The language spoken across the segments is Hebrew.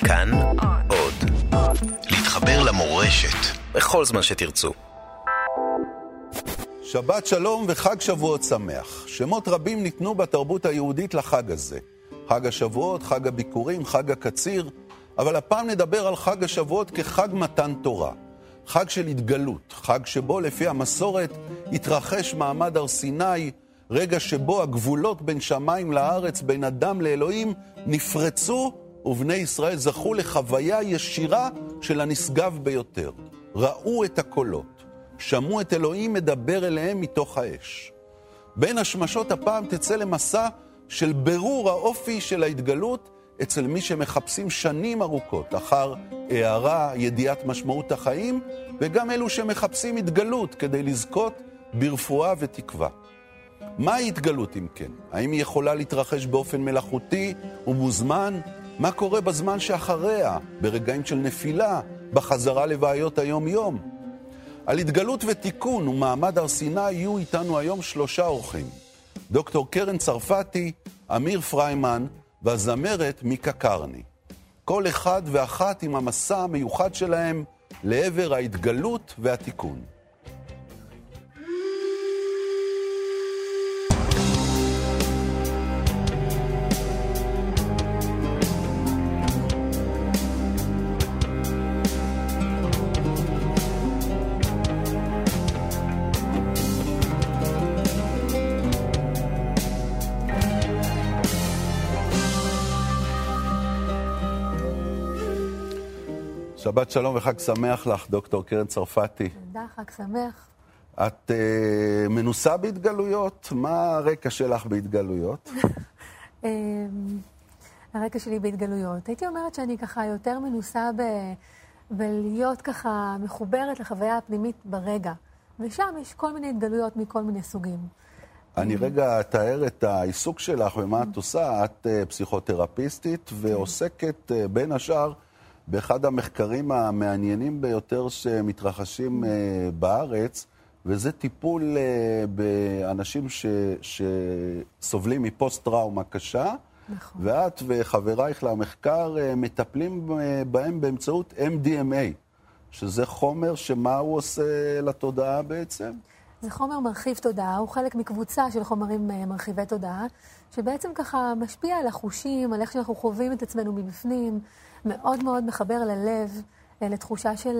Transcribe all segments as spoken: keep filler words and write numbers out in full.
כאן עוד. להתחבר למורשת בכל זמן שתרצו. שבת שלום וחג שבועות שמח. שמות רבים ניתנו בתרבות היהודית לחג הזה. חג השבועות, חג הביקורים, חג הקציר, אבל הפעם נדבר על חג השבועות כחג מתן תורה. חג של התגלות, חג שבו לפי המסורת התרחש מעמד הר סיני, רגע שבו הגבולות בין שמיים לארץ, בין אדם לאלוהים, נפרצו, ובני ישראל זכו לחוויה ישירה של הנשגב ביותר. ראו את הקולות, שמעו את אלוהים מדבר אליהם מתוך האש. בין השמשות הפעם תצא למסע של ברור האופי של ההתגלות אצל מי שמחפשים שנים ארוכות אחר הערה, ידיעת משמעות החיים, וגם אלו שמחפשים התגלות כדי לזכות ברפואה ותקווה. מהי התגלות אם כן? האם היא יכולה להתרחש באופן מלאכותי ומוזמן? מה קורה בזמן שאחריה, ברגעים של נפילה, בחזרה לבעיות היום-יום? על התגלות ותיקון ומעמד הר סיני יהיו איתנו היום שלושה אורחים. דוקטור קרן צרפתי, אמיר פריימן והזמרת מיקה קרני. כל אחד ואחת עם המסע המיוחד שלהם לעבר ההתגלות והתיקון. שבת שלום וחג שמח לך, דוקטור קרן צרפתי. תודה, חג שמח. את uh, מנוסה בהתגלויות? מה הרקע שלך בהתגלויות? הרקע שלי בהתגלויות. הייתי אומרת שאני ככה יותר מנוסה ב... בלהיות ככה מחוברת לחוויה הפנימית ברגע. ושם יש כל מיני התגלויות מכל מיני סוגים. אני רגע אתאר את העיסוק שלך ומה את עושה. את uh, פסיכותרפיסטית ועוסקת uh, בין השאר באחד המחקרים המעניינים ביותר שמתרחשים uh, בארץ, וזה טיפול uh, באנשים ש, שסובלים מפוסט-טראומה קשה, נכון. ואת וחברייך למחקר uh, מטפלים uh, בהם באמצעות אם די אם איי, שזה חומר שמה הוא עושה לתודעה בעצם? זה חומר מרחיב תודעה, הוא חלק מקבוצה של חומרים uh, מרחיבי תודעה, שבעצם ככה משפיע על החושים, על איך שאנחנו חווים את עצמנו מבפנים, מאוד מאוד מחבר ללב, לתחושה של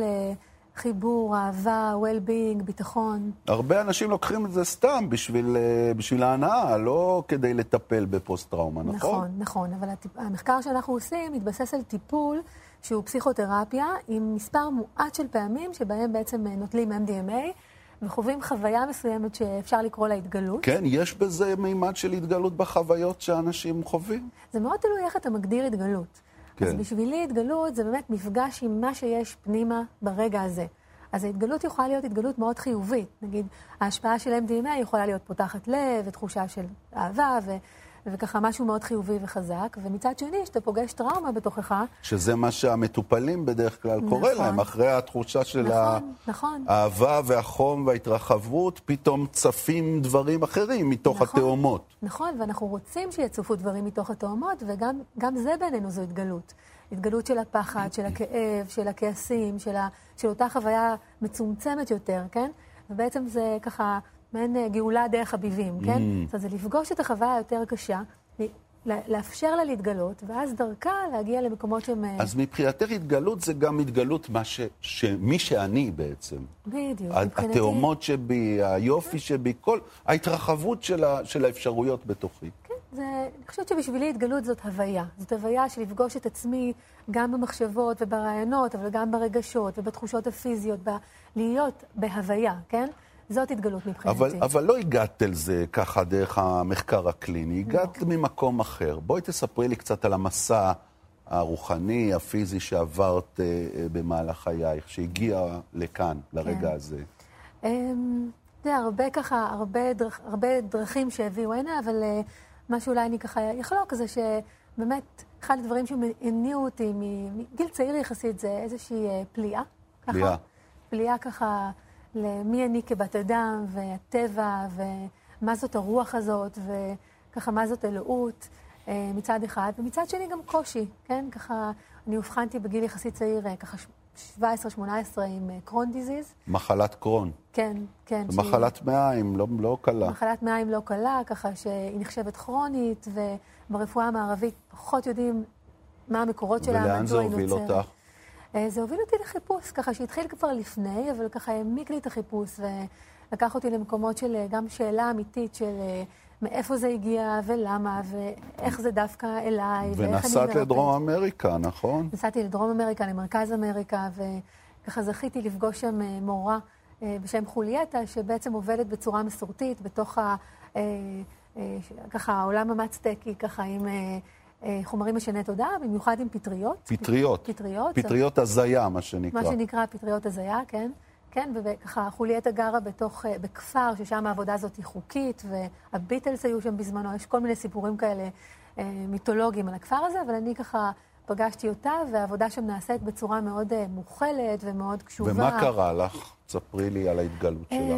חיבור, אהבה, well-being, ביטחון. הרבה אנשים לוקחים את זה סתם בשביל, בשביל ההנאה, לא כדי לטפל בפוסט-טראומה, נכון? נכון, נכון, אבל המחקר שאנחנו עושים מתבסס על טיפול שהוא פסיכותרפיה, עם מספר מועט של פעמים שבהם בעצם נוטלים אם די אם איי, וחווים חוויה מסוימת שאפשר לקרוא לה התגלות. כן, יש בזה מימד של התגלות בחוויות שאנשים חווים? זה מאוד תלוי איך אתה מגדיר התגלות. כן. אז בשבילי התגלות זה באמת מפגש עם מה שיש פנימה ברגע הזה. אז ההתגלות יכולה להיות התגלות מאוד חיובית. נגיד, ההשפעה של אם די אם איי יכולה להיות פותחת לב, ותחושה של אהבה, ו- וככה משהו מאוד חיובי וחזק. ומצד שני, שאתה פוגש טראומה בתוכך. שזה מה שהמטופלים בדרך כלל נכון. קורא להם. אחרי התחושה של נכון, נכון. האהבה והחום וההתרחבות, פתאום צפים דברים אחרים מתוך נכון, התאומות. נכון, ואנחנו רוצים שיצופו דברים מתוך התאומות, וגם גם זה בינינו זו התגלות. התגלות של הפחד, של הכאב, של הכעסים, של, ה, של אותה חוויה מצומצמת יותר, כן? ובעצם זה ככה מעין גאולה דרך הביבים, כן? Mm. זאת אומרת, זה לפגוש את החוויה היותר קשה, לאפשר לה להתגלות, ואז דרכה להגיע למקומות שהם... אז מבחינתך התגלות זה גם התגלות מה ש... שמי שאני בעצם. בדיוק. התאומות שבי, היופי שבי, כל ההתרחבות של, ה... של האפשרויות בתוכי. כן, זה... אני חושבת שבשבילי התגלות זאת הוויה. זאת הוויה של לפגוש את עצמי גם במחשבות וברעיונות, אבל גם ברגשות ובתחושות הפיזיות, ב... להיות בהוויה, כן? זאת התגלות מבחינתי. אבל, אבל לא הגעת אל זה ככה דרך המחקר הקליני, הגעת לא. ממקום אחר. בואי תספרי לי קצת על המסע הרוחני, הפיזי שעברת אה, במהלך חייך, שהגיע לכאן, לרגע כן. הזה. זה הרבה ככה, הרבה, דרכ, הרבה דרכים שהביאו הנה, אבל אה, מה שאולי אני ככה יחלוק זה שבאמת אחד הדברים שהניעו אותי מגיל צעיר יחסית זה איזושהי אה, פליאה. פליאה. ככה, פליאה ככה... למי אני כבת אדם, והטבע, ומה זאת הרוח הזאת, וככה מה זאת אלוהות. מצד אחד, ומצד שני גם קושי, כן? ככה, אני הבחנתי בגיל יחסית צעיר, ככה שבע עשרה שמונה עשרה עם קרון דיזיז. מחלת קרון. כן, כן. שהיא... מחלת מעיים, לא, לא קלה. מחלת מעיים לא קלה, ככה שהיא נחשבת כרונית, וברפואה המערבית פחות יודעים מה המקורות שלה. ולאן זה הוביל אותך? זה הוביל אותי לחיפוש, ככה שהתחיל כבר לפני, אבל ככה העמיק לי את החיפוש, ולקח אותי למקומות של גם שאלה אמיתית של מאיפה זה הגיע ולמה, ואיך זה דווקא אליי. ונסעת לדרום אמריקה, נכון? נסעתי לדרום אמריקה, למרכז אמריקה, וככה זכיתי לפגוש שם מורה בשם חולייטה, שבעצם עובדת בצורה מסורתית, בתוך ה... ככה העולם המצטקי, ככה עם... חומרים משני תודעה, במיוחד עם פטריות. פטריות. פטריות. פטריות הזיה, מה שנקרא. מה שנקרא פטריות הזיה, כן. כן, וככה חולייטה גרה בתוך, בכפר, ששם העבודה הזאת היא חוקית, והביטלס היו שם בזמנו, יש כל מיני סיפורים כאלה מיתולוגיים על הכפר הזה, אבל אני ככה פגשתי אותה, והעבודה שם נעשית בצורה מאוד מוכלת ומאוד קשובה. ומה קרה לך? ספרי לי על ההתגלות שלך.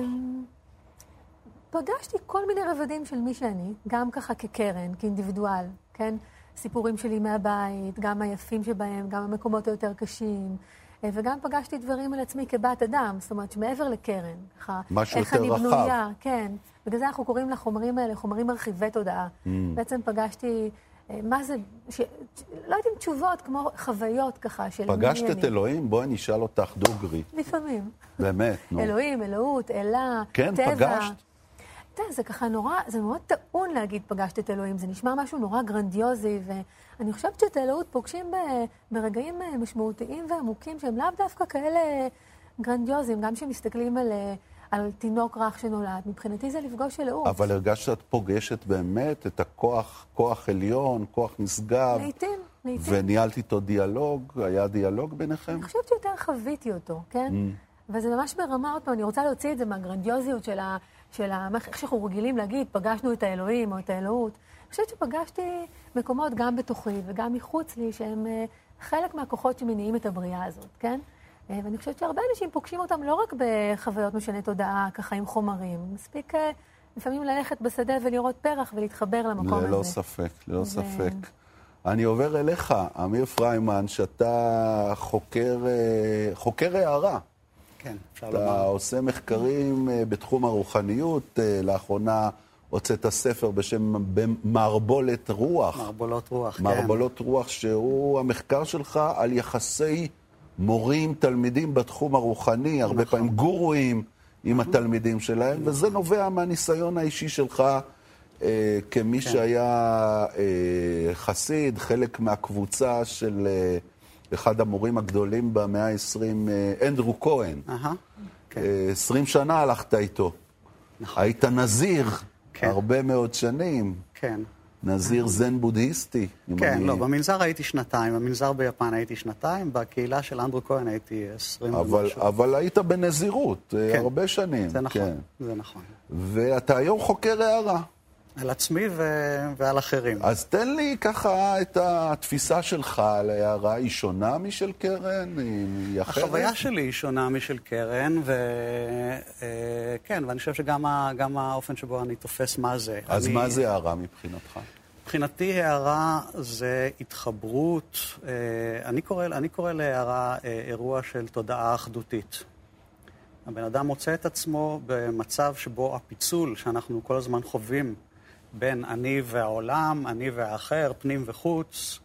פגשתי כל מיני רבדים של מי שאני, גם ככה כקרן, כאינדיבידואל, כן? סיפורים שלי מהבית, גם היפים שבהם, גם המקומות היותר קשים, וגם פגשתי דברים על עצמי כבת אדם, זאת אומרת שמעבר לקרן, ככה, משהו איך יותר אני רחב. בנויה, כן. בגלל זה אנחנו קוראים לחומרים האלה, חומרים מרחיבי תודעה. Mm. בעצם פגשתי, מה זה, ש... לא יודעים תשובות, כמו חוויות ככה של... פגשת את אלוהים? בואי נשאל אותך דוגרי. לפעמים. באמת, נו. אלוהים, אלוהות, אלה, כן, טבע. פגשת. זה ככה נורא, זה מאוד טעון להגיד פגשת את אלוהים, זה נשמע משהו נורא גרנדיוזי, ואני חושבת שאת האלוהות פוגשים ברגעים משמעותיים ועמוקים, שהם לאו דווקא כאלה גרנדיוזיים, גם כשמסתכלים על, על תינוק רך שנולד, מבחינתי זה לפגוש אלוהות. אבל הרגשת שאת פוגשת באמת את הכוח, כוח עליון, כוח נשגב. לעתים, לעתים. וניהלת איתו דיאלוג, היה דיאלוג ביניכם? אני חושבת שיותר חוויתי אותו, כן? Mm. וזה ממש ברמה אותו, אני רוצה להוציא את זה מהגרנדיוזיות של ה... של איך שאנחנו רגילים להגיד, פגשנו את האלוהים או את האלוהות. אני חושבת שפגשתי מקומות גם בתוכי וגם מחוץ לי, שהם חלק מהכוחות שמניעים את הבריאה הזאת, כן? ואני חושבת שהרבה אנשים פוגשים אותם לא רק בחוויות משני תודעה, ככה עם חומרים. מספיק לפעמים ללכת בשדה ולראות פרח ולהתחבר למקום הזה. ללא ספק, ללא ספק. אני עובר אליך, אמיר פריימן, שאתה חוקר, חוקר הערה. כן, אפשר לומר. אתה עושה מחקרים בתחום הרוחניות, לאחרונה הוצאת הספר בשם מערבולת רוח. מערבולות רוח, כן. מערבולות רוח, שהוא המחקר שלך על יחסי מורים, תלמידים בתחום הרוחני, הרבה נכון. פעמים גורואים עם התלמידים שלהם, נכון. וזה נובע מהניסיון האישי שלך, אה, כמי כן. שהיה אה, חסיד, חלק מהקבוצה של... אה, אחד המורים הגדולים במאה ה-עשרים, אנדרו כהן. עשרים שנה הלכת איתו. היית נזיר הרבה מאוד שנים. כן. נזיר זן בודהיסטי. כן, לא, במנזר הייתי שנתיים, במנזר ביפן הייתי שנתיים, בקהילה של אנדרו כהן הייתי עשרים ומשהו. אבל היית בנזירות הרבה שנים. זה נכון, זה נכון. ואתה היום חוקר הערה. על עצמי ו... ועל אחרים. אז תן לי ככה את התפיסה שלך על הערה, היא שונה משל קרן? היא אחרת? החוויה שלי היא שונה משל קרן, וכן, ואני חושב שגם ה... גם האופן שבו אני תופס מה זה. אז אני... מה זה הערה מבחינתך? מבחינתי הערה זה התחברות, אני קורא, אני קורא להערה אירוע של תודעה אחדותית. הבן אדם מוצא את עצמו במצב שבו הפיצול שאנחנו כל הזמן חווים בין אני והעולם, אני והאחר, פנים וחוץ,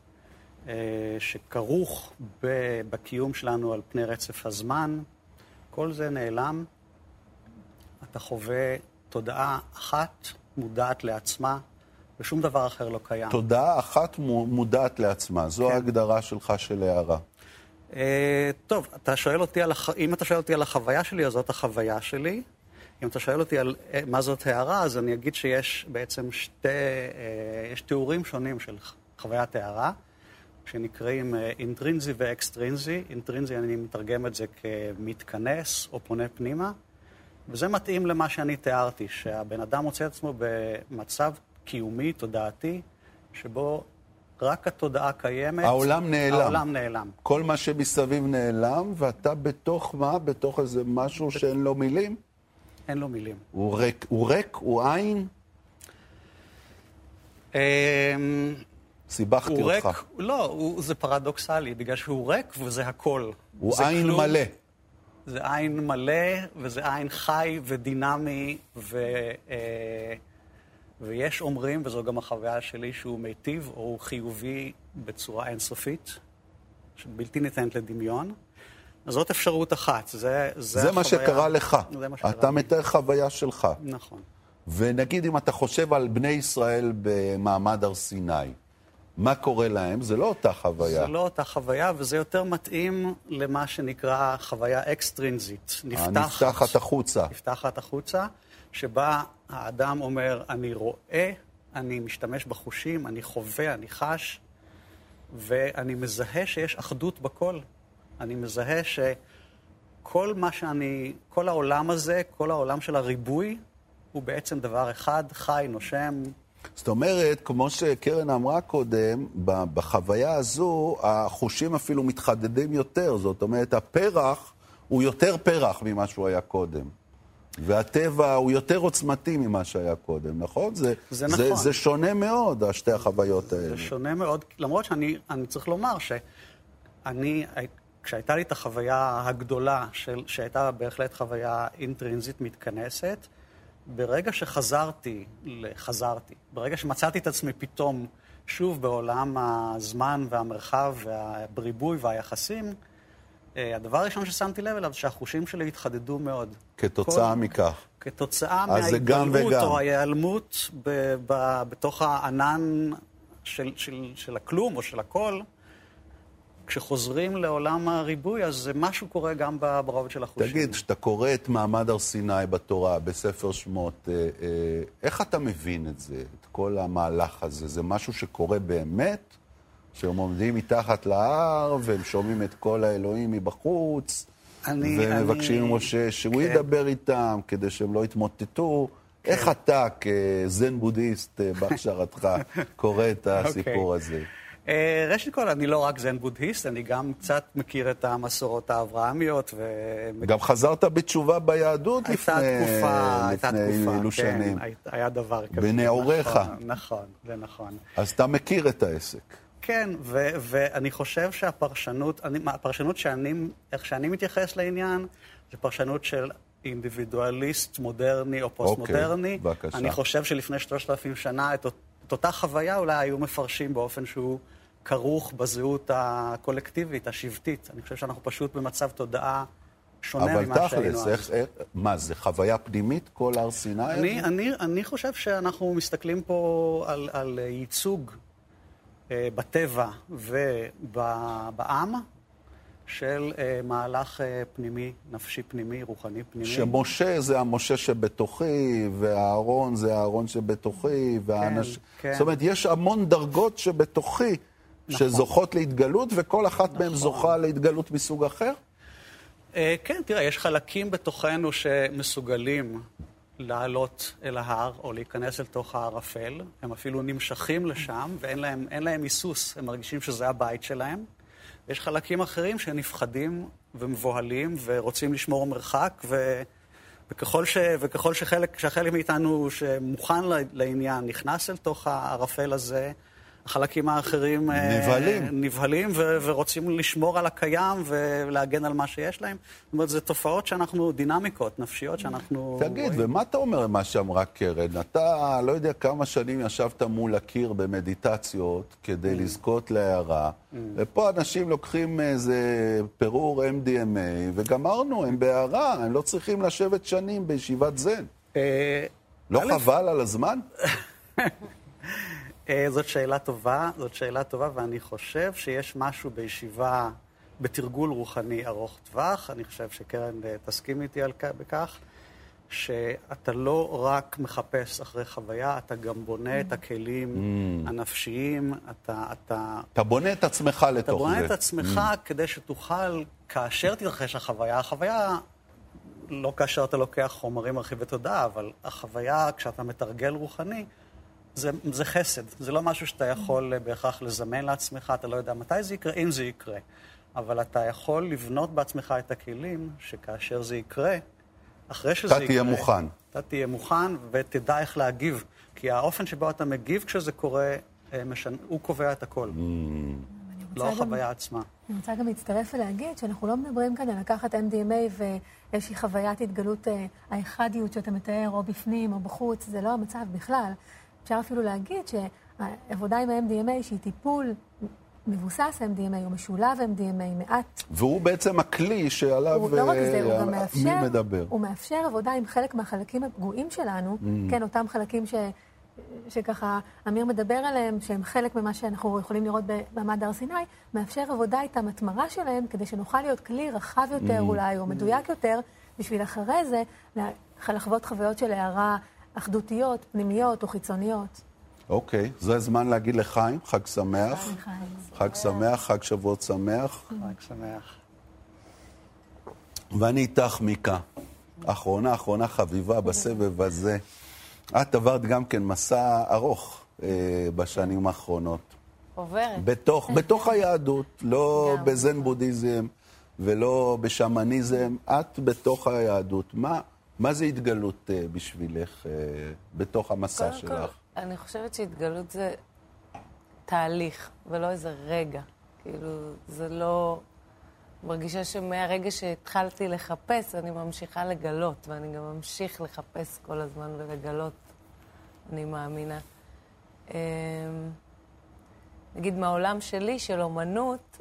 שכרוך בקיום שלנו על פני רצף הזמן, כל זה נעלם. אתה חווה תודעה אחת מודעת לעצמה, ושום דבר אחר לא קיים. תודעה אחת מודעת לעצמה, זו כן. ההגדרה שלך של הערה. Uh, טוב, אתה שואל אותי על, אם אתה שואל אותי על החוויה שלי, אז זאת החוויה שלי. אם אתה שואל אותי על uh, מה זאת הערה, אז אני אגיד שיש בעצם שתי, uh, יש תיאורים שונים של חוויית הערה, שנקראים uh, אינטרינזי ואקסטרינזי. אינטרינזי, אני מתרגם את זה כמתכנס או פונה פנימה, וזה מתאים למה שאני תיארתי, שהבן אדם מוצא את עצמו במצב קיומי, תודעתי, שבו רק התודעה קיימת. העולם נעלם. העולם נעלם. כל מה שמסביב נעלם, ואתה בתוך מה? בתוך איזה משהו בת... שאין לו מילים? אין לו מילים. הוא ריק? הוא ריק? הוא עין? סיבכתי הוא אותך. ריק, לא, הוא, זה פרדוקסלי, בגלל שהוא ריק וזה הכל. הוא זה עין כלום, מלא. זה עין מלא, וזה עין חי ודינמי, ו, אה, ויש אומרים, וזו גם החוויה שלי, שהוא מיטיב או הוא חיובי בצורה אינסופית, שבלתי ניתנת לדמיון. אז זאת אפשרות אחת. זה, זה, זה מה שקרה לך. זה מה שקרה אתה לי. מתאר חוויה שלך. נכון. ונגיד אם אתה חושב על בני ישראל במעמד הר סיני, מה קורה להם? זה לא אותה חוויה. זה לא אותה חוויה, וזה יותר מתאים למה שנקרא חוויה אקסטרינזית. נפתחת. נפתחת החוצה. נפתחת החוצה, שבה האדם אומר, אני רואה, אני משתמש בחושים, אני חווה, אני חש, ואני מזהה שיש אחדות בכל. אני מזהה שכל מה שאני, כל העולם הזה, כל העולם של הריבוי, הוא בעצם דבר אחד, חי, נושם. זאת אומרת, כמו שקרן אמרה קודם, בחוויה הזו, החושים אפילו מתחדדים יותר. זאת אומרת, הפרח הוא יותר פרח ממה שהוא היה קודם. והטבע הוא יותר עוצמתי ממה שהיה קודם, נכון? זה, זה זה, נכון. זה שונה מאוד, השתי החוויות האלה. זה שונה מאוד, למרות שאני אני צריך לומר שאני, כשהייתה לי את החוויה הגדולה, של, שהייתה בהחלט חוויה אינטרינזית מתכנסת, ברגע שחזרתי, חזרתי, ברגע שמצאתי את עצמי פתאום שוב בעולם הזמן והמרחב והבריבוי והיחסים, הדבר הראשון ששמתי לב אליו, שהחושים שלי התחדדו מאוד. כתוצאה כל, מכך. כתוצאה מההתגלות או ההיעלמות ב, ב, בתוך הענן של, של, של הכלום או של הכל, כשחוזרים לעולם הריבוי, אז משהו קורה גם ברובד של החושים. תגיד, כשאתה קורא את מעמד הר סיני בתורה, בספר שמות, איך אתה מבין את זה, את כל המהלך הזה? זה משהו שקורה באמת? שהם עומדים מתחת להר, והם שומעים את כל האלוהים מבחוץ, אני, ומבקשים אני... משה שהוא כן. ידבר איתם, כדי שהם לא יתמוטטו. כן. איך אתה, כזן בודהיסט, בהכשרתך, קורא את הסיפור okay. הזה? ראשית כל, אני לא רק זן בודהיסט, אני גם קצת מכיר את המסורות האברהמיות. ו... גם חזרת בתשובה ביהדות לפני, תקופה, לפני אילו כן, שנים. היה דבר כזה. בנעוריך. נכון, נכון, זה נכון. אז אתה מכיר את העסק. כן, ו- ואני חושב שהפרשנות, אני, הפרשנות שאני, איך שאני מתייחס לעניין, זה פרשנות של אינדיבידואליסט מודרני או פוסט-מודרני. אוקיי, בבקשה. אני חושב שלפני שלושת אלפים שנה את, את אותה חוויה אולי היו מפרשים באופן שהוא כרוך בזהות הקולקטיבית, השבטית. אני חושב שאנחנו פשוט במצב תודעה שונה ממה שהיינו אז. אבל תכלס, מה, זה חוויה פנימית כל הר סיני? אני, אני, אני חושב שאנחנו מסתכלים פה על, על ייצוג בטבע ובעם של מהלך פנימי, נפשי פנימי, רוחני פנימי. שמשה זה המשה שבתוכי, והארון זה הארון שבתוכי, והאנש... כן, כן. זאת אומרת, יש המון דרגות שבתוכי, נכון. שזוכות להתגלות, וכל אחת נכון. מהם זוכה להתגלות מסוג אחר? כן, תראה, יש חלקים בתוכנו שמסוגלים לעלות אל ההר או להיכנס אל תוך הערפל. הם אפילו נמשכים לשם ואין להם, אין להם היסוס. הם מרגישים שזה הבית שלהם. יש חלקים אחרים שנפחדים ומבוהלים ורוצים לשמור מרחק, ו... וככל, ש... וככל שחלק, שהחלק מאיתנו שמוכן לעניין נכנס אל תוך הערפל הזה, החלקים האחרים נבהלים, נבהלים ו- ורוצים לשמור על הקיים ולהגן על מה שיש להם. זאת אומרת, זה תופעות שאנחנו, דינמיקות, נפשיות שאנחנו... תגיד, רואים. ומה אתה אומר מה שאמרה קרן? אתה לא יודע כמה שנים ישבת מול הקיר במדיטציות כדי mm. לזכות להערה, mm. ופה אנשים לוקחים איזה פירור אם די אם איי, וגמרנו, הם בהערה, הם לא צריכים לשבת שנים בישיבת זן. לא חבל על הזמן? זאת שאלה טובה, זאת שאלה טובה, ואני חושב שיש משהו בישיבה, בתרגול רוחני ארוך טווח. אני חושב שקרן תסכים איתי על בכך, שאתה לא רק מחפש אחרי חוויה, אתה גם בונה את הכלים mm. הנפשיים, אתה, אתה... אתה בונה את עצמך לתוך זה. אתה בונה את עצמך mm. כדי שתוכל, כאשר תתרחש החוויה, החוויה, לא כאשר אתה לוקח חומרים מרחיבי תודעה, אבל החוויה, כשאתה מתרגל רוחני, זה, זה חסד, זה לא משהו שאתה יכול בהכרח לזמן לעצמך, אתה לא יודע מתי זה יקרה, אם זה יקרה. אבל אתה יכול לבנות בעצמך את הכלים, שכאשר זה יקרה, אחרי שזה יקרה... אתה תהיה מוכן. אתה תהיה מוכן ותדע איך להגיב. כי האופן שבו אתה מגיב כשזה קורה, משנה, הוא קובע את הכל. לא החוויה עצמה. אני רוצה גם להצטרף ולהגיד שאנחנו לא מדברים כאן על לקחת אם די אם איי ואיזושהי חוויית התגלות האחדיות שאתה מתאר, או בפנים או בחוץ, זה לא המצב בכלל. אפשר אפילו להגיד שהעבודה עם ה-אם די אם איי, שהיא טיפול מבוסס אם די אם איי, הוא משולב אם די אם איי, מעט... והוא בעצם הכלי שעליו הוא, לא רק זה, הוא גם מאפשר, מי מדבר. הוא מאפשר עבודה עם חלק מהחלקים הפגועים שלנו, mm. כן, אותם חלקים ש... שככה אמיר מדבר עליהם, שהם חלק ממה שאנחנו יכולים לראות במעמד הר סיני, מאפשר עבודה איתם, התמרה שלהם, כדי שנוכל להיות כלי רחב יותר mm. אולי, או מדויק יותר, בשביל אחרי זה לחוות חוויות של הערה אחדותיות, פנימיות או חיצוניות. אוקיי, זה הזמן להגיד לחיים, חג שמח. חג שמח, חג שבועות שמח. חג שמח. ואני איתך, מיקה. אחרונה, אחרונה חביבה בסבב הזה. את עברת גם כן מסע ארוך אה, בשנים האחרונות. עוברת. בתוך, בתוך היהדות, לא בזן בודהיזם ולא בשמניזם, את בתוך היהדות. מה, מה זה התגלות אה, בשבילך אה, בתוך המסע שלך? כל, אני חושבת שהתגלות זה תהליך, ולא איזה רגע. כאילו, זה לא... מרגישה שמהרגע שהתחלתי לחפש, אני ממשיכה לגלות, ואני גם ממשיך לחפש כל הזמן ולגלות, אני מאמינה. נגיד, מהעולם שלי, של אומנות,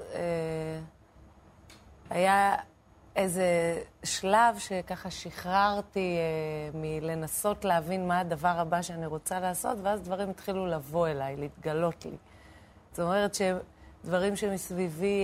היה איזה שלב שככה שחררתי מלנסות להבין מה הדבר הבא שאני רוצה לעשות, ואז דברים התחילו לבוא אליי, להתגלות לי. זאת אומרת שדברים שמסביבי...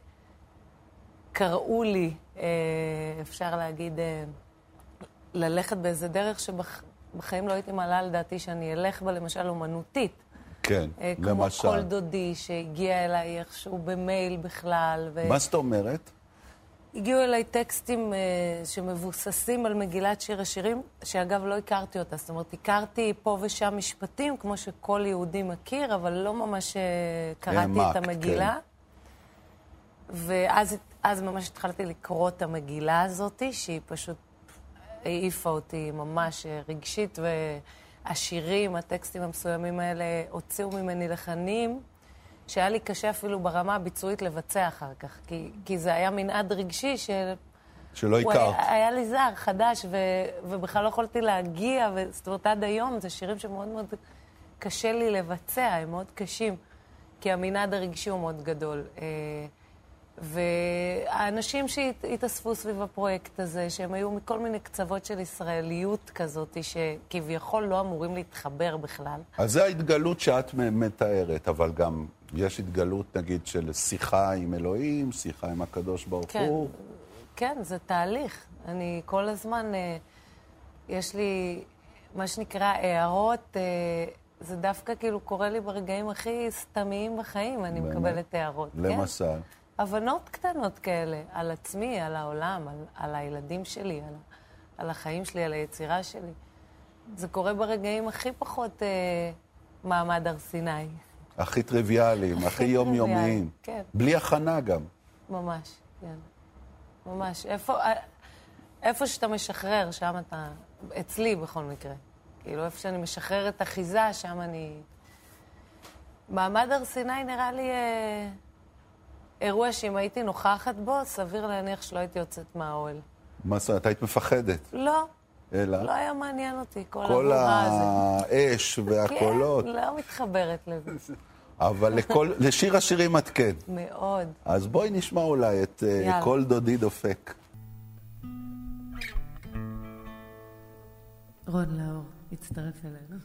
קראו לי, אפשר להגיד, ללכת באיזה דרך שבחיים לא הייתי מעלה על דעתי שאני אלך בה, למשל, אומנותית. כן, כמו למשל. כמו כל דודי שהגיע אליי איכשהו במייל בכלל. ו... מה זאת אומרת? הגיעו אליי טקסטים שמבוססים על מגילת שיר השירים, שאגב לא הכרתי אותה. זאת אומרת, הכרתי פה ושם משפטים, כמו שכל יהודי מכיר, אבל לא ממש קראתי את המגילה. כן. ואז אז ממש התחלתי לקרוא את המגילה הזאת, שהיא פשוט העיפה אותי ממש רגשית, והשירים, הטקסטים המסוימים האלה הוציאו ממני לחנים, שהיה לי קשה אפילו ברמה הביצועית לבצע אחר כך, כי, כי זה היה מנעד רגשי של... שלא הכרת. היה, היה לי זר, חדש, ו, ובכלל לא יכולתי להגיע, זאת אומרת, עד היום זה שירים שמאוד מאוד קשה לי לבצע, הם מאוד קשים, כי המנעד הרגשי הוא מאוד גדול. והאנשים שהתאספו סביב הפרויקט הזה, שהם היו מכל מיני קצוות של ישראליות כזאת, שכביכול לא אמורים להתחבר בכלל. אז זה ההתגלות שאת מתארת, אבל גם יש התגלות, נגיד, של שיחה עם אלוהים, שיחה עם הקדוש ברוך כן, הוא. כן, זה תהליך. אני כל הזמן, יש לי מה שנקרא הערות, זה דווקא כאילו קורה לי ברגעים הכי סתמיים בחיים, אני מקבלת הערות. למשל? כן? הבנות קטנות כאלה, על עצמי, על העולם, על, על הילדים שלי, על, על החיים שלי, על היצירה שלי. זה קורה ברגעים הכי פחות אה, מעמד הר סיני. הכי טריוויאליים, הכי, הכי יומיומיים. כן. בלי הכנה גם. ממש, כן. ממש. איפה, איפה שאתה משחרר, שם אתה... אצלי בכל מקרה. כאילו, איפה שאני משחררת אחיזה, שם אני... מעמד הר סיני נראה לי... אה, אירוע שאם הייתי נוכחת בו, סביר להניח שלא הייתי יוצאת מהאוהל. מה זאת אומרת? היית מפחדת? לא. אלא? לא היה מעניין אותי, כל, כל האש והקולות. כן, לא מתחברת לזה. אבל לכל, לשיר השירים את כן. מאוד. אז בואי נשמע אולי את uh, כל דודי דופק. רון לאור, הצטרף אלינו.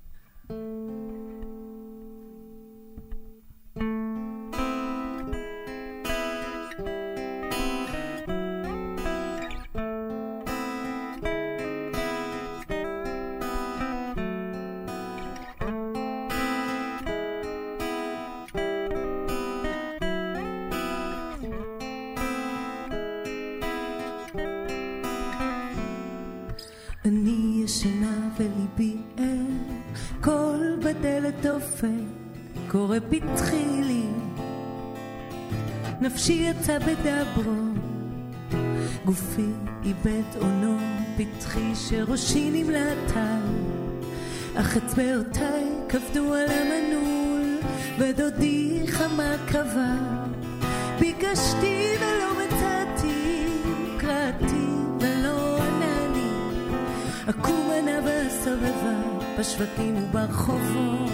אני ישנה וליבי אין, קול בדלת דופק, קורא פתחי לי, נפשי יצא בדברו, גופי איבד עונו, פתחי שראשי נמלטה, אך אצבעותיי כבדו על המנעול, ודודי חמה קבע, ביקשתי ולא מצאתי, קראתי ולא ענני, עקום ענה בסובבה, בשווקים וברחובות,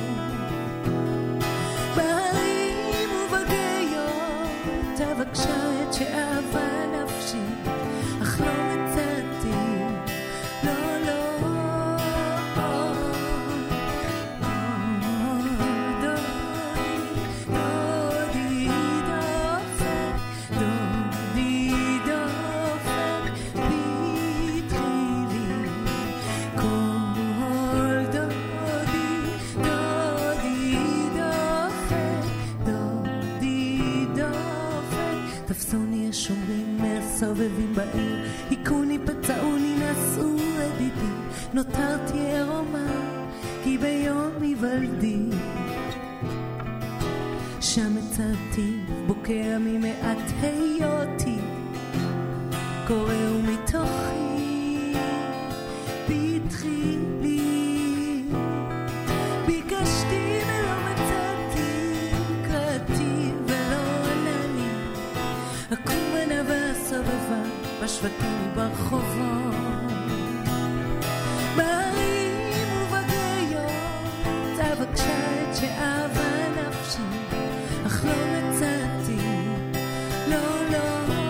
בהרים ובגאיות, אבקשה את שאהבה נפשי, אך לא מצאתי, לא, לא. סובבים בעיר, היכוני פצעוני נשאו ידידי, נותרתי ערומה כי ביום היוולדי שם מצאתי בוקע ממעט היותי, קורא ומתוכי פתחי לי, ביקשתי ולא מצאתי, קראתי ולא ענני, עקום ענה בסובבה, בשווקים וברחובות, בערים ובגאיות, אבקשה את שאהבה נפשי, אך לא מצאתי, לא, לא.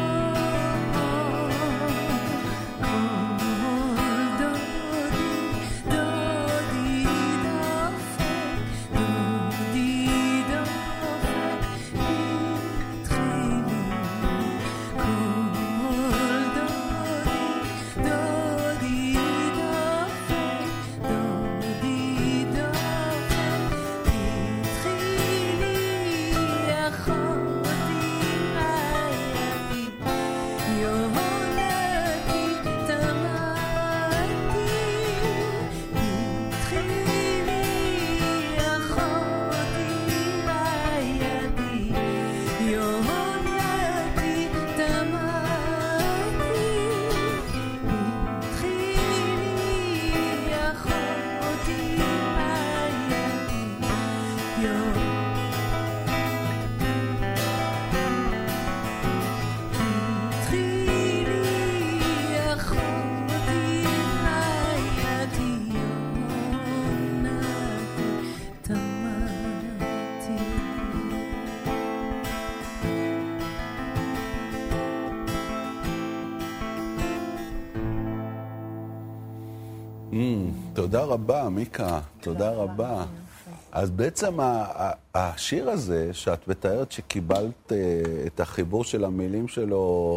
תודה רבה, מיקה, תודה רבה. אז בעצם השיר הזה, שאת מתארת שקיבלת את החיבור של המילים שלו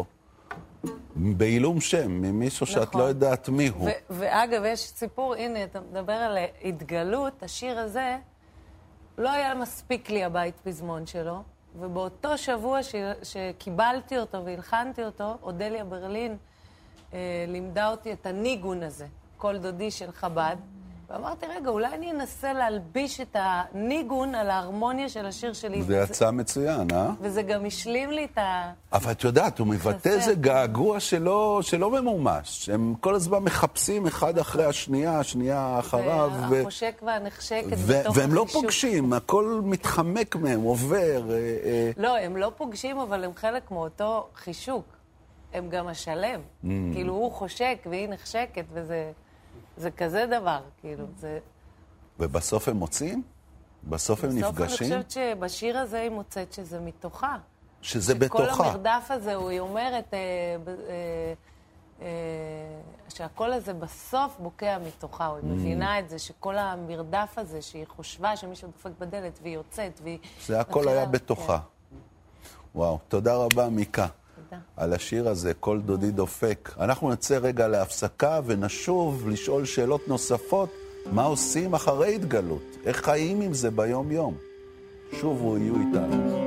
בעילום שם, ממישהו שאת לא יודעת מי הוא. ואגב, יש סיפור, הנה, אתה מדבר על התגלות, השיר הזה, לא היה מספיק לי הבית פזמון שלו, ובאותו שבוע שקיבלתי אותו והלחנתי אותו, אודליה ברלין לימדה אותי את הניגון הזה. כל דודי של חב"ד, ואמרתי, רגע, אולי אני אנסה להלביש את הניגון על ההרמוניה של השיר שלי. זה יצא מצוין, אה? וזה גם השלים לי את ה... אבל את יודעת, הוא מבטא איזה געגוע שלא, שלא ממומש. הם כל הזמן מחפשים אחד אחרי השנייה, השנייה אחריו. והחושק והנחשקת בתוך החישוק. והם לא פוגשים, הכל מתחמק מהם, עובר. לא, הם לא פוגשים, אבל הם חלק מאותו חישוק. הם גם השלם. כאילו, הוא חושק והיא נחשקת, וזה... זה כזה דבר, כאילו, זה... ובסוף הם מוצאים? בסוף הם נפגשים? בסוף אני חושבת שבשיר הזה היא מוצאת שזה מתוכה. שזה בתוכה. שכל המרדף הזה, היא אומרת, אה, אה, אה, שהכל הזה בסוף בוקע מתוכה. היא מבינה את זה, שכל המרדף הזה, שהיא חושבה שמישהו דופק בדלת, והיא יוצאת, והיא... זה הכל היה בתוכה. וואו, תודה רבה, מיקה. על השיר הזה, כל דודי דופק. אנחנו נצא רגע להפסקה ונשוב לשאול שאלות נוספות, מה עושים אחרי התגלות? איך חיים עם זה ביום יום? שובו, יהיו איתנו.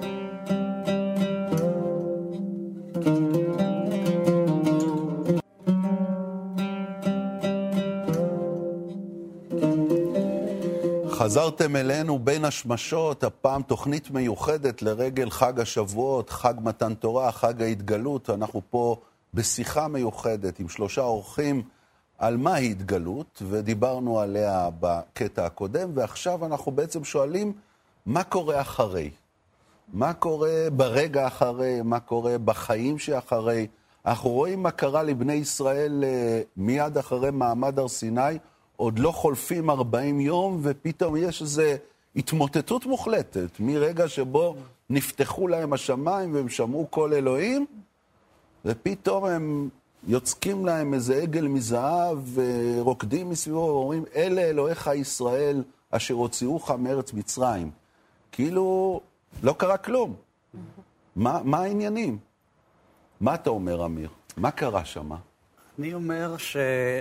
חזרתם אלינו בין השמשות, הפעם תוכנית מיוחדת לרגל חג השבועות, חג מתן תורה, חג ההתגלות. אנחנו פה בשיחה מיוחדת עם שלושה אורחים על מה ההתגלות, ודיברנו עליה בקטע הקודם, ועכשיו אנחנו בעצם שואלים מה קורה אחרי? מה קורה ברגע אחרי? מה קורה בחיים שאחרי? אנחנו רואים מה קרה לבני ישראל מיד אחרי מעמד הר סיני, עוד לא חולפים ארבעים יום, ופתאום יש איזו התמוטטות מוחלטת, מרגע שבו נפתחו להם השמיים והם שמעו קול אלוהים, ופתאום הם יוצקים להם איזה עגל מזהב ורוקדים מסביבו ואומרים, אלה אלוהיך ישראל אשר הוציאוך מארץ מצרים. כאילו לא קרה כלום. מה, מה העניינים? מה אתה אומר, אמיר? מה קרה שם? אני אומר ש...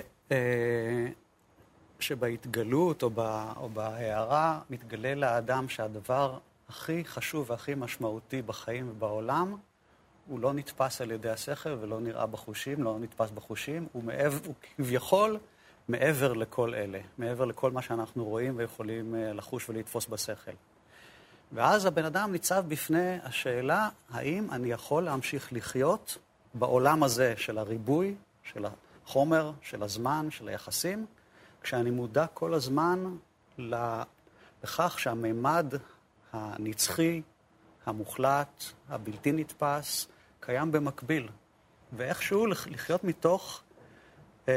שבהתגלות או, ב... או בהערה מתגלה לאדם שהדבר הכי חשוב והכי משמעותי בחיים ובעולם הוא לא נתפס על ידי השכל ולא נראה בחושים, לא נתפס בחושים, הוא, מעבר, הוא כביכול מעבר לכל אלה, מעבר לכל מה שאנחנו רואים ויכולים לחוש ולתפוס בשכל. ואז הבן אדם ניצב בפני השאלה, האם אני יכול להמשיך לחיות בעולם הזה של הריבוי, של החומר, של הזמן, של היחסים, כשאני מודע כל הזמן לכך שהמימד הנצחי, המוחלט, הבלתי נתפס, קיים במקביל. ואיכשהו לחיות מתוך אה,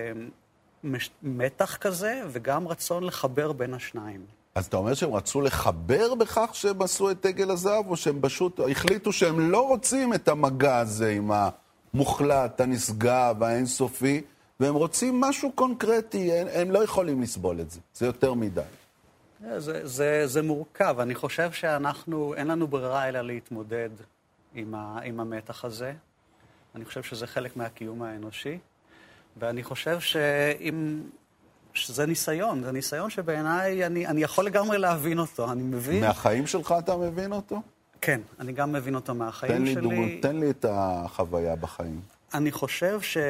מתח כזה, וגם רצון לחבר בין השניים. אז אתה אומר שהם רצו לחבר בכך שהם עשו את עגל הזהב, או שהם פשוט החליטו שהם לא רוצים את המגע הזה עם המוחלט, הנשגב, האינסופי, והם רוצים משהו קונקרטי, הם, הם לא יכולים לסבול את זה. זה יותר מדי. זה, זה, זה מורכב. אני חושב שאנחנו, אין לנו ברירה אלא להתמודד עם, ה, עם המתח הזה. אני חושב שזה חלק מהקיום האנושי. ואני חושב שאם... שזה ניסיון, זה ניסיון שבעיניי אני, אני יכול לגמרי להבין אותו, אני מבין. מהחיים שלך אתה מבין אותו? כן, אני גם מבין אותו מהחיים תן לי שלי. דוגמא, תן לי את החוויה בחיים. אני חושב ש...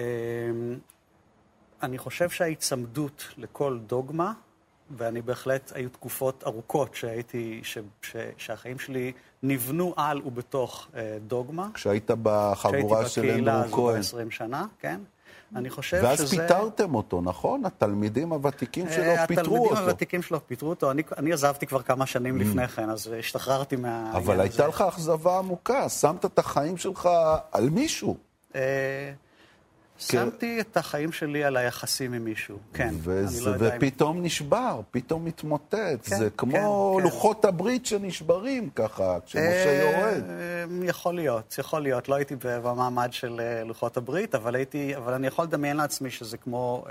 אני חושב שההצמדות לכל דוגמה, ואני בהחלט, היו תקופות ארוכות שהייתי, ש, ש, שהחיים שלי נבנו על ובתוך דוגמה. כשהיית בחבורה של אנדרו כהן. כשהייתי בקהילה הזו ב-עשרים שנה, כן. אני חושב ואז שזה... פיטרתם אותו, נכון? התלמידים הוותיקים שלו פיטרו אותו. התלמידים הוותיקים שלו פיטרו אותו. אני, אני עזבתי כבר כמה שנים לפני כן, אז השתחררתי מה... אבל הייתה לך אכזבה עמוקה, שמת את החיים שלך על מישהו. שמתי את החיים שלי על היחסים עם מישהו, כן. ופתאום נשבר, פתאום מתמוטט. זה כמו לוחות הברית שנשברים ככה, כשמשה יורד. יכול להיות, יכול להיות. לא הייתי במעמד של לוחות הברית, אבל הייתי, אבל אני יכול לדמיין לעצמי שזה כמו,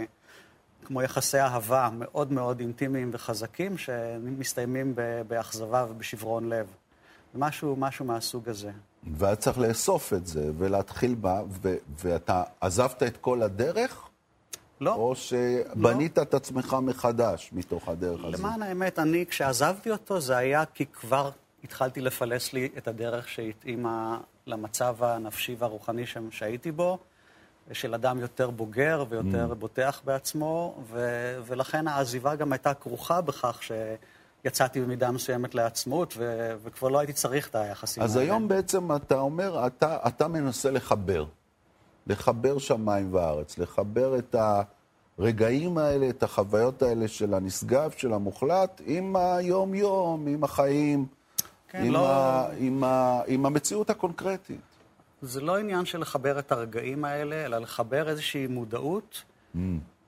כמו יחסי אהבה מאוד מאוד אינטימיים וחזקים, שמסתיימים באכזבה ובשברון לב. משהו, משהו מהסוג הזה. ואת צריך לאסוף את זה, ולהתחיל בה, ו- ואתה עזבת את כל הדרך? לא. או שבנית לא. את עצמך מחדש מתוך הדרך הזאת? למען האמת, אני, כשעזבתי אותו, זה היה כי כבר התחלתי לפלס לי את הדרך שהתאימה למצב הנפשי והרוחני שהייתי בו, של אדם יותר בוגר ויותר mm. בוטח בעצמו, ו- ולכן העזיבה גם הייתה כרוכה בכך ש... יצאתי במידה מסוימת לעצמות, ו- וכבר לא הייתי צריך את היחסים אז האלה. היום בעצם אתה אומר, אתה, אתה מנסה לחבר. לחבר שמיים וארץ. לחבר את הרגעים האלה, את החוויות האלה של הנשגב, של המוחלט, עם היום-יום, עם החיים, כן, עם, לא... ה- עם, ה- עם המציאות הקונקרטית. זה לא עניין של לחבר את הרגעים האלה, אלא לחבר איזושהי מודעות, mm.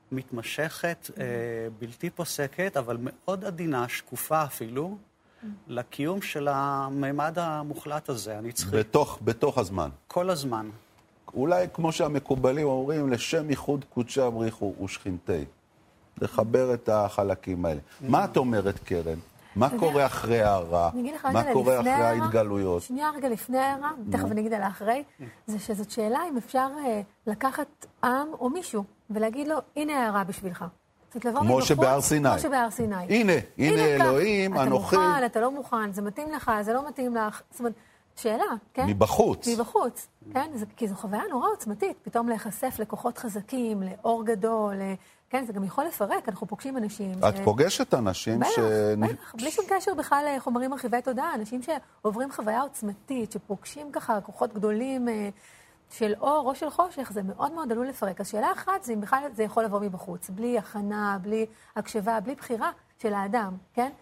מתמשכת, אה, בלתי פוסקת, אבל מאוד עדינה, שקופה אפילו, לקיום של המימד המוחלט הזה, הנצחי. בתוך, בתוך הזמן. כל הזמן. אולי כמו שהמקובלים אומרים, לשם ייחוד קודשה בריחו ושכינתי. לחבר את החלקים האלה. מה את אומרת, קרן? מה קורה אחרי הרע? מה קורה אחרי ההתגלויות? שנייה רגע לפני ההערה, תכף אני אגיד על האחרי, זה שזאת שאלה אם אפשר לקחת עם או מישהו, ולהגיד לו, הנה ההערה בשבילך. כמו שבהר סיני. כמו שבהר סיני. הנה, הנה אלוהים, אנוכי. אתה מוכן, אתה לא מוכן, זה מתאים לך, זה לא מתאים לך. זאת אומרת, שאלה, כן? מבחוץ. מבחוץ, כן? כי זו חוויה נורא עוצמתית, פתאום להיחשף לכוחות חזקים, לאור גדול, כן? זה גם יכול לפרק, אנחנו פוגשים אנשים. את פוגשת אנשים ש... בטח, בטח, בלי שום קשר בכלל לחומרים מרחיבי תודעה, אנשים שעוברים חוויה עוצמתית, שפוגשים ככה כוחות גדולים של אור או של חושך, זה מאוד מאוד עלול לפרק. אז שאלה אחת, זה אם בכלל זה יכול לבוא מבחוץ, בלי הכנה, בלי הקשבה, בלי בחירה של האדם, כן?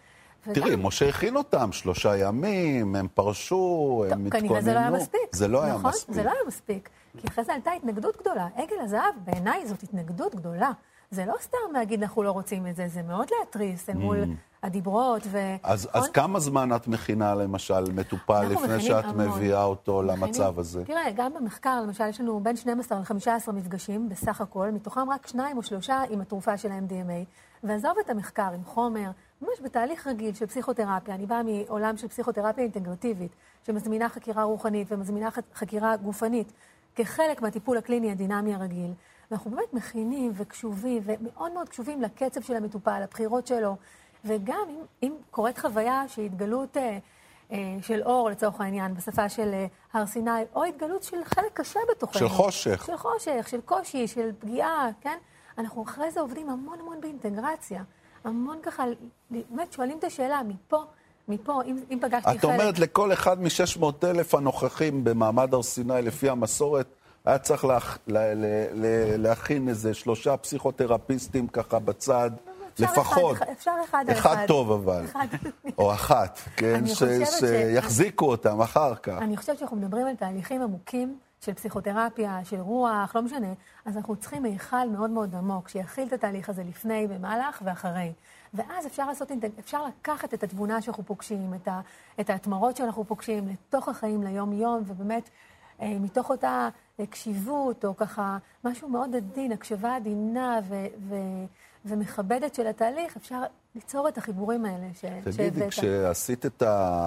תראי, משה הכין אותם שלושה ימים, הם פרשו, הם התכוננו. כנראה זה לא היה מספיק. זה לא היה נכון? מספיק. זה לא היה מספיק. כי אחרי זה הייתה התנגדות גדולה. עגל הזהב, בעיניי זאת התנגדות גדולה. זה לא סתם להגיד, אנחנו לא רוצים את זה, זה מאוד להתריס אל מול הדיברות. ו... אז, אז כמה זמן את מכינה, למשל, מטופל לפני שאת המון. מביאה אותו מכינים, למצב הזה? תראה, גם במחקר, למשל, יש לנו בין שנים עשר ל-חמישה עשר מפגשים בסך הכל, מתוכם רק שניים או שלושה עם התרופה של ה-אם די אם איי, ועזוב את המחקר עם חומר, ממש בתהליך רגיל של פסיכותרפיה. אני באה מעולם של פסיכותרפיה אינטגרטיבית, שמזמינה חקירה רוחנית ומזמינה חקירה גופנית, כחלק מהטיפול הקליני הדינמי הרגיל. ואנחנו באמת מכינים וקשובים, ומאוד מאוד קשובים לקצב של המטופל, לבחירות שלו, וגם אם, אם קורית חוויה שהיא התגלות אה, אה, של אור, לצורך העניין, בשפה של אה, הר סיני, או התגלות של חלק קשה בתוכנו. של חושך. של חושך, של קושי, של פגיעה, כן? אנחנו אחרי זה עובדים המון המון באינטגרציה. המון ככה, באמת שואלים את השאלה, מפה, מפה, אם, אם פגשתי חלק... את אומרת, לכל אחד מ-שש מאות אלף הנוכחים במעמד הר סיני, לפי המסורת, היה צריך להכ... לה... לה... להכין איזה שלושה פסיכותרפיסטים ככה בצד, לפחות. אחד, אפשר אחד על אחד. אחד. טוב אבל. אחד. או אחת, כן? ש... ש... שיחזיקו אותם אחר כך. אני חושבת שאנחנו מדברים על תהליכים עמוקים של פסיכותרפיה, של רוח, לא משנה. אז אנחנו צריכים מיכל מאוד מאוד עמוק, שיכיל את התהליך הזה לפני, במהלך ואחרי. ואז אפשר לעשות, אפשר לקחת את התבונה שאנחנו פוגשים, את, ה... את ההתמרות שאנחנו פוגשים, לתוך החיים, ליום-יום, ובאמת... מתוך אותה קשיבות, או ככה משהו מאוד עדין, הקשבה עדינה ו- ו- ומכבדת של התהליך, אפשר ליצור את החיבורים האלה ש- שהבאת. תגידי, כשעשית את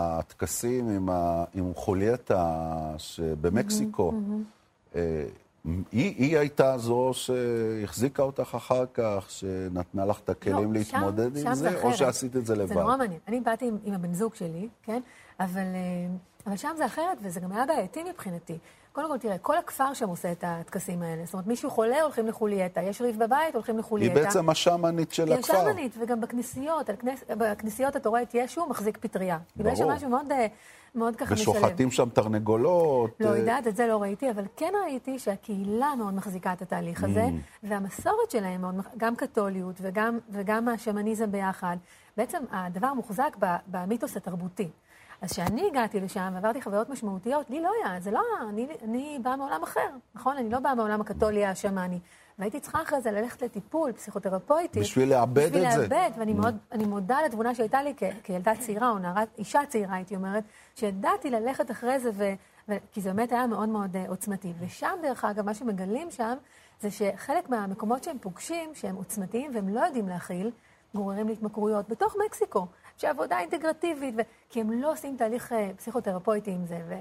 הטקסים עם, ה- עם חולייתה שבמקסיקו, mm-hmm, mm-hmm. היא, היא הייתה זו שהחזיקה אותך אחר כך, שנתנה לך את הכלים לא, להתמודד שם, עם שם זה, זה או שעשית את זה לבד? זה נורא מעניין. אני באתי עם, עם הבן זוג שלי, כן? אבל... אבל שם זה אחרת, וזה גם היה בעייתי מבחינתי. קודם כל, תראה, כל הכפר שם עושה את הטקסים האלה. זאת אומרת, מישהו חולה, הולכים לחולייתה. יש ריב בבית, הולכים לחולייתה. היא בעצם השמנית של הכפר. היא השמנית, וגם בכנסיות, כנס... בכנסיות אתה רואה את ישו, מחזיק פטריה. ברור. יש שם משהו מאוד, מאוד ככה משלב. ושוחטים שם תרנגולות. לא יודעת, את זה לא ראיתי, אבל כן ראיתי שהקהילה מאוד מחזיקה את התהליך הזה, mm. והמסורת שלהם, מאוד, גם קתוליות וגם, וגם השמניזם ביחד, בעצם הדבר מוחזק במיתוס התרבותי. אז כשאני הגעתי לשם ועברתי חוויות משמעותיות, לי לא היה, זה לא, אני, אני באה מעולם אחר, נכון? אני לא באה מעולם הקתולי השמני. והייתי צריכה אחרי זה ללכת לטיפול פסיכותרפויטי. בשביל לאבד את זה. בשביל לאבד, ואני מאוד, אני מודה לתבונה שהייתה לי כ, כילדה צעירה, או נערה, אישה צעירה, הייתי אומרת, שידעתי ללכת אחרי זה, ו, ו, כי זה באמת היה מאוד מאוד uh, עוצמתי. ושם, דרך אגב, מה שמגלים שם, זה שחלק מהמקומות שהם פוגשים, שהם עוצמתיים והם לא יודעים להכיל, גוררים להתמכרויות בתוך מקסיקו. שעבודה אינטגרטיבית, ו... כי הם לא עושים תהליך פסיכותרפויטי עם זה,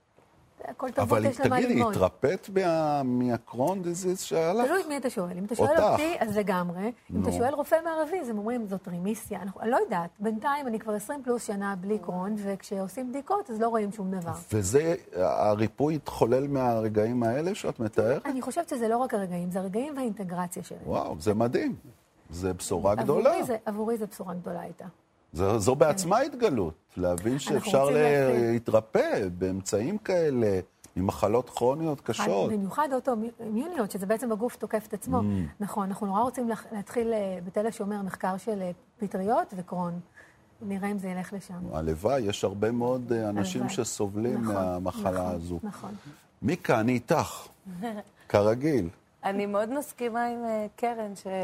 וכל תרבות יש למה ללמוד. אבל תגידי, התרפאת מה... מהקרון דיזיז שהיה לך? תלוי את מי אתה שואל. אם אתה שואל אותי, אז לגמרי. אם אתה שואל רופא מערבי, אז הם אומרים, זאת רימיסיה. אני לא יודעת. בינתיים אני כבר עשרים פלוס שנה בלי קרון, וכשעושים בדיקות, אז לא רואים שום דבר. וזה, הריפוי התחולל מהרגעים האלה שאת מתארת? אני חושבת שזה לא רק הרגעים, זה הרגעים והאינטגרציה שלהם. וואו, זה מדהים. זה בשורה גדולה. עבורי זה בשורה גדולה הייתה. זו, זו בעצמה התגלות, להבין שאפשר להתרפא באמצעים כאלה, ממחלות כרוניות קשות. במיוחד אוטואימיוניות, שזה בעצם בגוף תוקף את עצמו. נכון, אנחנו נורא רוצים להתחיל בתל השומר מחקר של פטריות וקרון. נראה אם זה ילך לשם. הלוואי, יש הרבה מאוד אנשים שסובלים מהמחלה הזו. נכון. מיקה, אני איתך, כרגיל. אני מאוד מסכימה עם קרן ש...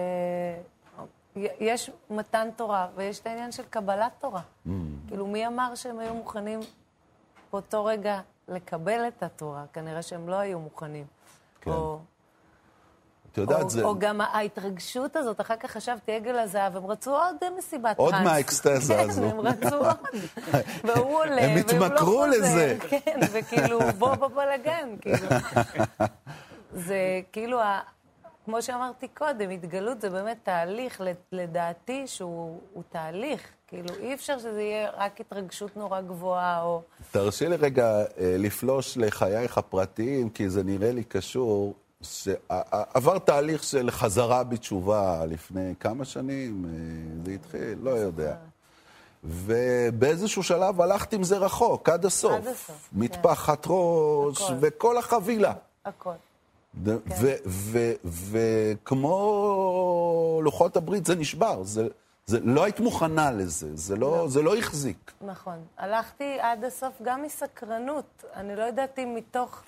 יש מתן תורה, ויש את העניין של קבלת תורה. Mm. כאילו, מי אמר שהם היו מוכנים באותו רגע לקבל את התורה? כנראה שהם לא היו מוכנים. כן. או, את יודעת, או, זה... או גם ההתרגשות הזאת, אחר כך חשבתי עגל הזהב, הם רצו עוד מסיבת עוד טרנס. עוד מהאקסטזה הזו. הם רצו עוד. והוא עולה, הם התמכרו לזה. כן, וכאילו, בוא בבלגן, כאילו. זה כאילו... כמו שאמרתי קודם, התגלות זה באמת תהליך, לדעתי שהוא תהליך. כאילו, אי אפשר שזה יהיה רק התרגשות נורא גבוהה, או... תרשי לי רגע לפלוש לחייך הפרטיים, כי זה נראה לי קשור, שעבר תהליך של חזרה בתשובה לפני כמה שנים, זה התחיל, לא יודע. ובאיזשהו שלב הלכת עם זה רחוק, עד הסוף. עד הסוף, כן. מטפחת ראש, וכל החבילה. הכל. וכמו לוחות הברית זה נשבר, זה, לא היית מוכנה לזה, זה לא, לא. זה לא החזיק. נכון. הלכתי עד הסוף גם מסקרנות. אני לא ידעתי מתוך,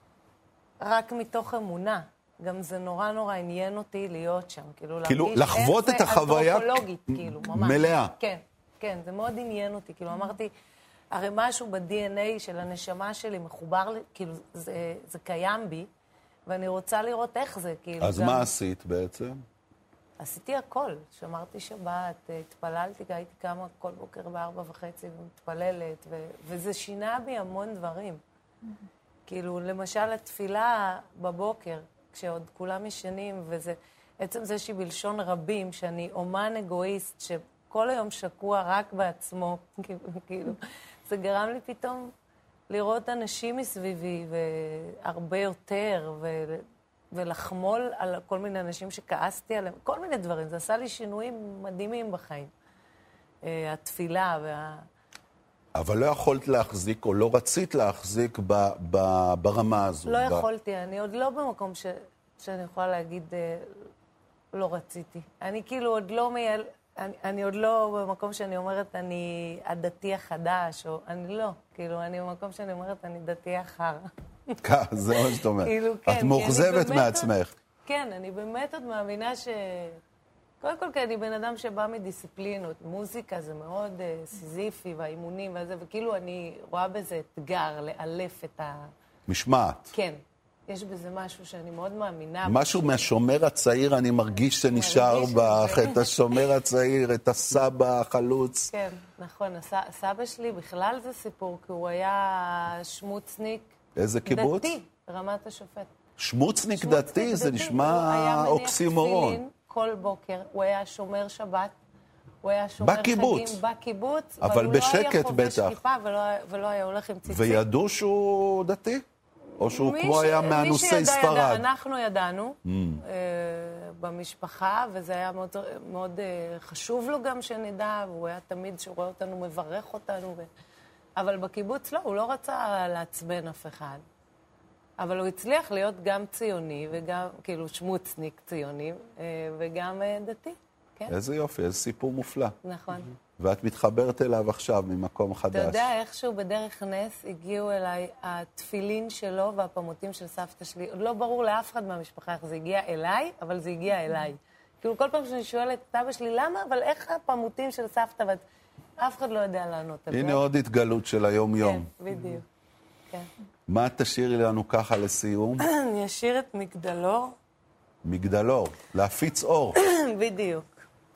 רק מתוך אמונה. גם זה נורא נורא עניין אותי להיות שם. כאילו, כאילו לחוות את החוויה כאילו, ממש. מלאה. כן, כן, זה מאוד עניין אותי. כאילו, אמרתי, הרי משהו ב-די אן איי של הנשמה שלי מחובר לי, כאילו, זה, זה קיים בי, ואני רוצה לראות איך זה, כאילו. אז גם... מה עשית בעצם? עשיתי הכל. שמרתי שבת, התפללתי, הייתי קמה כל בוקר בארבע וחצי ומתפללת, ו... וזה שינה בי המון דברים. כאילו, למשל, התפילה בבוקר, כשעוד כולם ישנים, וזה, עצם זה שהיא בלשון רבים, שאני אומן אגואיסט, שכל היום שקוע רק בעצמו, כאילו, זה גרם לי פתאום לראות אנשים מסביבי, והרבה יותר, ו... ולחמול על כל מיני אנשים שכעסתי עליהם, כל מיני דברים. זה עשה לי שינויים מדהימים בחיים. התפילה וה... אבל לא יכולת להחזיק, או לא רצית להחזיק ב, ב, ברמה הזו. לא ב... יכולתי, אני עוד לא במקום ש... שאני יכולה להגיד, לא רציתי. אני כאילו עוד לא מייל... אני, אני עוד לא במקום שאני אומרת, אני הדתי החדש, או אני לא. כאילו, אני במקום שאני אומרת, אני דתי אחר. זה מה שאת אומרת. כאילו, כן, את מאוכזבת מעצמך. כן, אני באמת עוד מאמינה ש... קודם כל, כי אני בן אדם שבא מדיסציפלינות. מוזיקה זה מאוד uh, סיזיפי, והאימונים וזה, וכאילו אני רואה בזה אתגר, לאלף את ה... משמעת. כן. יש בזה משהו שאני מאוד מאמינה. משהו מהשומר הצעיר, אני מרגיש שנשאר בך, את השומר הצעיר, את הסבא החלוץ. כן, נכון. הסבא שלי בכלל זה סיפור, כי הוא היה שמוצניק. איזה קיבוץ? דתי, רמת השופט. שמוצניק דתי, זה נשמע אוקסימורון. הוא היה מניח תפילין כל בוקר, הוא היה שומר שבת, הוא היה שומר בקיבוץ. חגים בקיבוץ, אבל בשקט בטח. כיפה ולא, ולא היה הולך עם ציצית. וידעו שהוא דתי? או שהוא כמו היה מאנוסי ספרד? ידע, אנחנו ידענו mm. uh, במשפחה, וזה היה מאוד, מאוד uh, חשוב לו גם שנדע, והוא היה תמיד שרואה אותנו, מברך אותנו. ו... אבל בקיבוץ לא, הוא לא רצה לעצבן אף אחד. אבל הוא הצליח להיות גם ציוני, וגם, כאילו, שמוצניק ציוני, uh, וגם uh, דתי. כן? איזה יופי, איזה סיפור מופלא. נכון. ואת מתחברת אליו עכשיו ממקום חדש. אתה יודע, איכשהו בדרך נס הגיעו אליי התפילין שלו והפמוטים של סבתא שלי. עוד לא ברור לאף אחד מהמשפחה איך זה הגיע אליי, אבל זה הגיע אליי. כאילו כל פעם שאני שואלת את אבא שלי, למה? אבל איך הפמוטים של סבתא? ואת... אף אחד לא יודע לענות על זה. הנה עוד התגלות של היום-יום. כן, בדיוק. כן. מה תשאירי לנו ככה לסיום? אני אשאיר את מגדלור. מגדלור, להפיץ אור. בדיוק.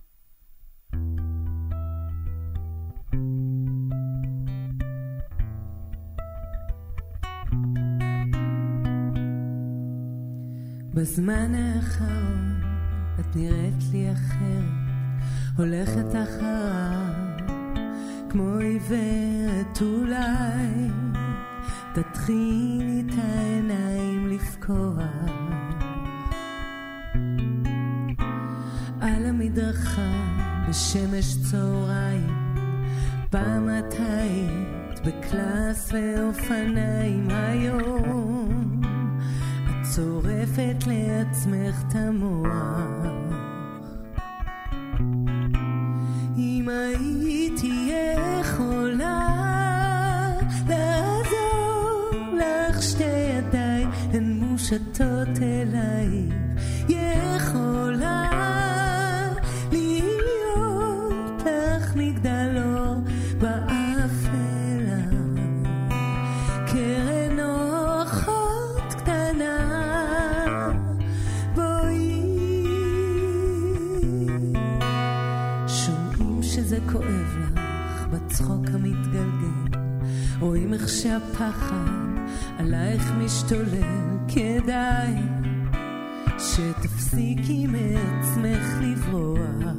בזמן האחרון את נראית לי אחרת, הולכת אחריו כמו עיוורת, אולי תתחילי את העיניים לפקוח על המדרכה בשמש צהריים. פעם את היית בקלאס ואופניים, היום צורפת לעצמך את המוח. אם הייתי יכולה לעזור לך, שתי ידיי הן מושטות אלייך, יכולה להיות לך מגדלור באפלה, קרן אוחות קטנה. זה כואב לך בצחוק המתגלגל, רואים איך שהפחד עלייך משתולל. כדאי שתפסיקי מעצמך לברוח.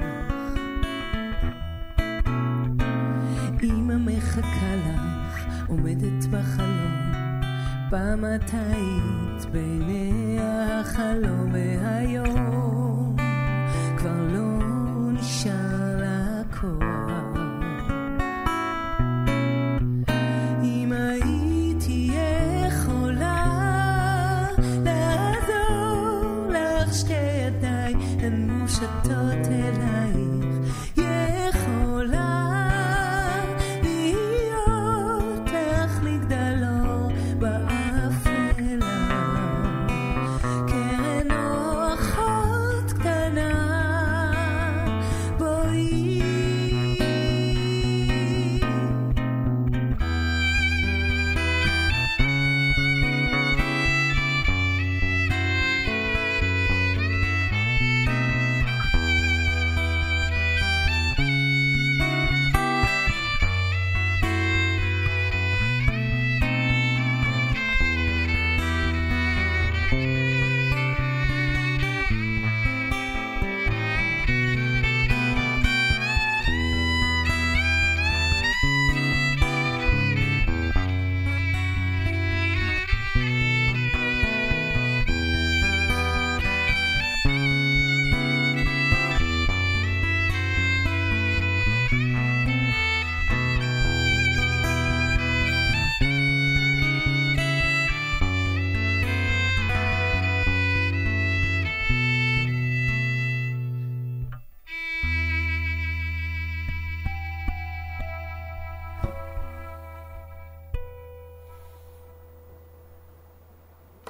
אמא מחכה לך עומדת בחלום, פעם את היית בעיני החלום, והיום כבר לא נשאר לה כוח. אם הייתי יכולה לעזור לך, שתי ידיי הן מושטות אלייך,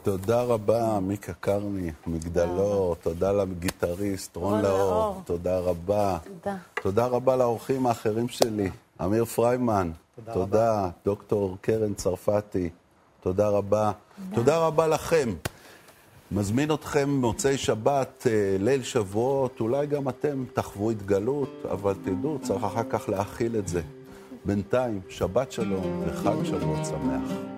תודה רבה, מיקה קרני, מגדלור, תודה לגיטריסט, רון לאור, תודה רבה. תודה. תודה רבה לאורחים האחרים שלי, אמיר פריימן, תודה, דוקטור קרן צרפתי, תודה רבה. תודה רבה לכם. מזמין אתכם מוצאי שבת, ליל שבועות, אולי גם אתם תחוו התגלות, אבל תדעו, צריך אחר כך להכיל את זה. בינתיים, שבת שלום וחג שבועות שמח.